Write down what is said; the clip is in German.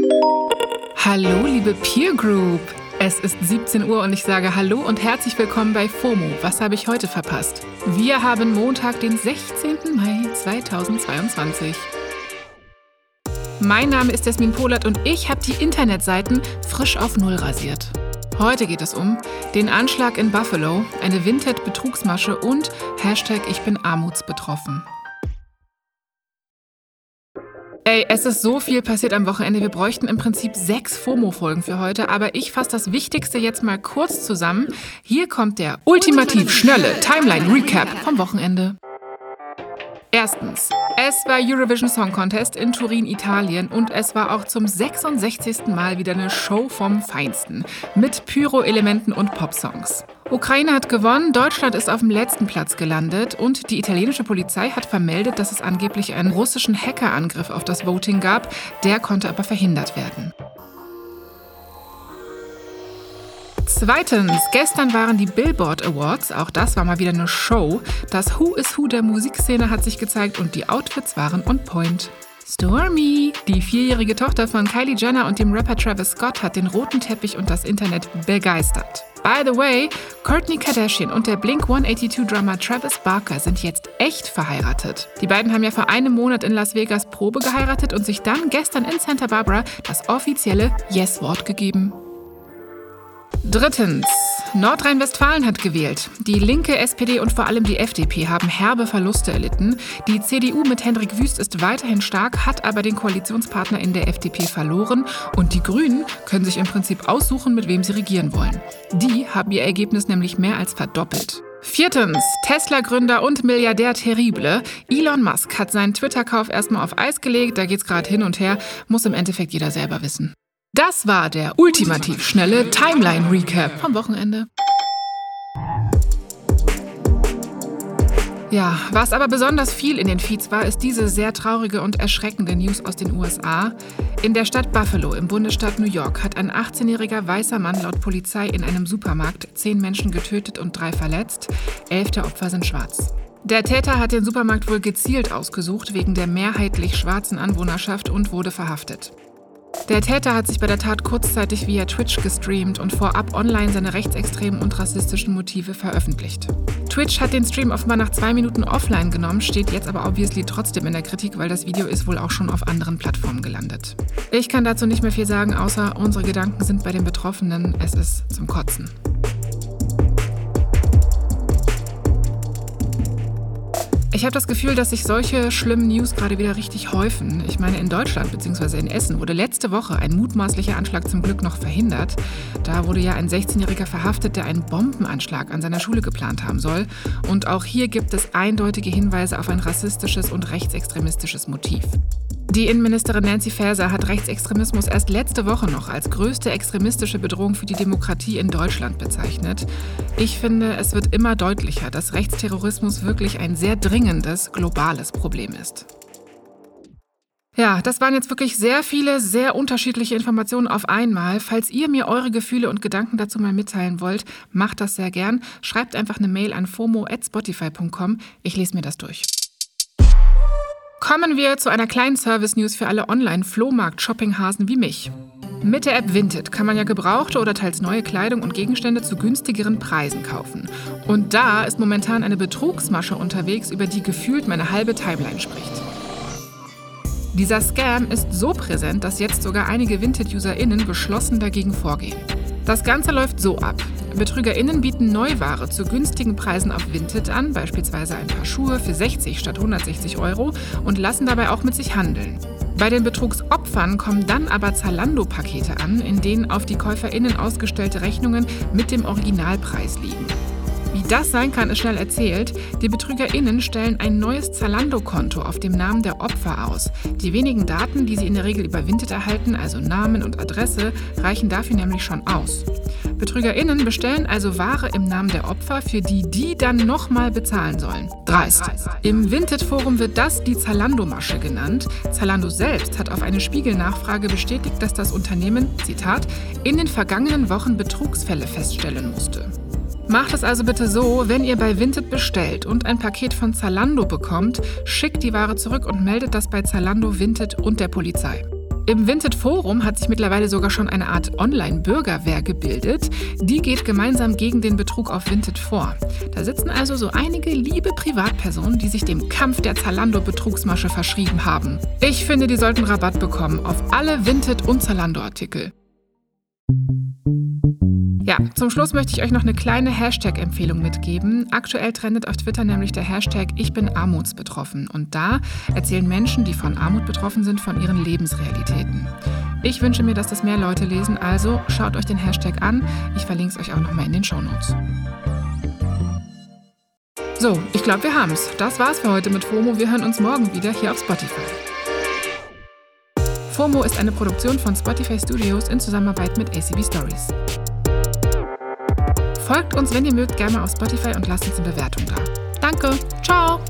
Hallo, liebe Peer Group. Es ist 17 Uhr und ich sage Hallo und herzlich willkommen bei FOMO. Was habe ich heute verpasst? Wir haben Montag, den 16. Mai 2022. Mein Name ist Jasmin Polat und ich habe die Internetseiten frisch auf Null rasiert. Heute geht es um den Anschlag in Buffalo, eine Vinted-Betrugsmasche und #Ich bin armutsbetroffen. Ey, es ist so viel passiert am Wochenende. Wir bräuchten im Prinzip 6 FOMO-Folgen für heute, aber ich fasse das Wichtigste jetzt mal kurz zusammen. Hier kommt der ultimativ schnelle Timeline-Recap vom Wochenende. Erstens, es war Eurovision Song Contest in Turin, Italien und es war auch zum 66. Mal wieder eine Show vom Feinsten mit Pyro-Elementen und Popsongs. Ukraine hat gewonnen, Deutschland ist auf dem letzten Platz gelandet und die italienische Polizei hat vermeldet, dass es angeblich einen russischen Hackerangriff auf das Voting gab, der konnte aber verhindert werden. Zweitens, gestern waren die Billboard Awards, auch das war mal wieder eine Show. Das Who is Who der Musikszene hat sich gezeigt und die Outfits waren on point. Stormi, die 4-jährige Tochter von Kylie Jenner und dem Rapper Travis Scott, hat den roten Teppich und das Internet begeistert. By the way, Kourtney Kardashian und der Blink-182-Drummer Travis Barker sind jetzt echt verheiratet. Die beiden haben ja vor einem Monat in Las Vegas Probe geheiratet und sich dann gestern in Santa Barbara das offizielle Yes-Wort gegeben. Drittens, Nordrhein-Westfalen hat gewählt. Die Linke, SPD und vor allem die FDP haben herbe Verluste erlitten. Die CDU mit Hendrik Wüst ist weiterhin stark, hat aber den Koalitionspartner in der FDP verloren. Und die Grünen können sich im Prinzip aussuchen, mit wem sie regieren wollen. Die haben ihr Ergebnis nämlich mehr als verdoppelt. Viertens, Tesla-Gründer und Milliardär Terrible. Elon Musk hat seinen Twitter-Kauf erstmal auf Eis gelegt. Da geht's gerade hin und her, muss im Endeffekt jeder selber wissen. Das war der ultimativ schnelle Timeline-Recap vom Wochenende. Ja, was aber besonders viel in den Feeds war, ist diese sehr traurige und erschreckende News aus den USA. In der Stadt Buffalo im Bundesstaat New York hat ein 18-jähriger weißer Mann laut Polizei in einem Supermarkt 10 Menschen getötet und 3 verletzt. 11 der Opfer sind schwarz. Der Täter hat den Supermarkt wohl gezielt ausgesucht wegen der mehrheitlich schwarzen Anwohnerschaft und wurde verhaftet. Der Täter hat sich bei der Tat kurzzeitig via Twitch gestreamt und vorab online seine rechtsextremen und rassistischen Motive veröffentlicht. Twitch hat den Stream offenbar nach 2 Minuten offline genommen, steht jetzt aber obviously trotzdem in der Kritik, weil das Video ist wohl auch schon auf anderen Plattformen gelandet. Ich kann dazu nicht mehr viel sagen, außer unsere Gedanken sind bei den Betroffenen. Es ist zum Kotzen. Ich habe das Gefühl, dass sich solche schlimmen News gerade wieder richtig häufen. Ich meine, in Deutschland bzw. in Essen wurde letzte Woche ein mutmaßlicher Anschlag zum Glück noch verhindert. Da wurde ja ein 16-Jähriger verhaftet, der einen Bombenanschlag an seiner Schule geplant haben soll. Und auch hier gibt es eindeutige Hinweise auf ein rassistisches und rechtsextremistisches Motiv. Die Innenministerin Nancy Faeser hat Rechtsextremismus erst letzte Woche noch als größte extremistische Bedrohung für die Demokratie in Deutschland bezeichnet. Ich finde, es wird immer deutlicher, dass Rechtsterrorismus wirklich ein sehr dringendes, globales Problem ist. Ja, das waren jetzt wirklich sehr viele, sehr unterschiedliche Informationen auf einmal. Falls ihr mir eure Gefühle und Gedanken dazu mal mitteilen wollt, macht das sehr gern. Schreibt einfach eine Mail an fomo@spotify.com. Ich lese mir das durch. Kommen wir zu einer kleinen Service-News für alle Online-Flohmarkt-Shopping-Hasen wie mich. Mit der App Vinted kann man ja gebrauchte oder teils neue Kleidung und Gegenstände zu günstigeren Preisen kaufen. Und da ist momentan eine Betrugsmasche unterwegs, über die gefühlt meine halbe Timeline spricht. Dieser Scam ist so präsent, dass jetzt sogar einige Vinted-UserInnen geschlossen dagegen vorgehen. Das Ganze läuft so ab. BetrügerInnen bieten Neuware zu günstigen Preisen auf Vinted an, beispielsweise ein paar Schuhe für 60 statt 160 € und lassen dabei auch mit sich handeln. Bei den Betrugsopfern kommen dann aber Zalando-Pakete an, in denen auf die KäuferInnen ausgestellte Rechnungen mit dem Originalpreis liegen. Wie das sein kann, ist schnell erzählt. Die BetrügerInnen stellen ein neues Zalando-Konto auf dem Namen der Opfer aus. Die wenigen Daten, die sie in der Regel über Vinted erhalten, also Namen und Adresse, reichen dafür nämlich schon aus. BetrügerInnen bestellen also Ware im Namen der Opfer, für die dann nochmal bezahlen sollen. Dreist. Im Vinted-Forum wird das die Zalando-Masche genannt. Zalando selbst hat auf eine Spiegel-Nachfrage bestätigt, dass das Unternehmen, Zitat, in den vergangenen Wochen Betrugsfälle feststellen musste. Macht es also bitte so, wenn ihr bei Vinted bestellt und ein Paket von Zalando bekommt, schickt die Ware zurück und meldet das bei Zalando, Vinted und der Polizei. Im Vinted-Forum hat sich mittlerweile sogar schon eine Art Online-Bürgerwehr gebildet. Die geht gemeinsam gegen den Betrug auf Vinted vor. Da sitzen also so einige liebe Privatpersonen, die sich dem Kampf der Zalando-Betrugsmasche verschrieben haben. Ich finde, die sollten Rabatt bekommen auf alle Vinted- und Zalando-Artikel. Ja, zum Schluss möchte ich euch noch eine kleine Hashtag-Empfehlung mitgeben. Aktuell trendet auf Twitter nämlich der Hashtag Ich bin armutsbetroffen. Und da erzählen Menschen, die von Armut betroffen sind, von ihren Lebensrealitäten. Ich wünsche mir, dass das mehr Leute lesen, also schaut euch den Hashtag an. Ich verlinke es euch auch nochmal in den Shownotes. So, ich glaube, wir haben's. Das war's für heute mit FOMO. Wir hören uns morgen wieder hier auf Spotify. FOMO ist eine Produktion von Spotify Studios in Zusammenarbeit mit ACB Stories. Folgt uns, wenn ihr mögt, gerne auf Spotify und lasst uns eine Bewertung da. Danke, ciao!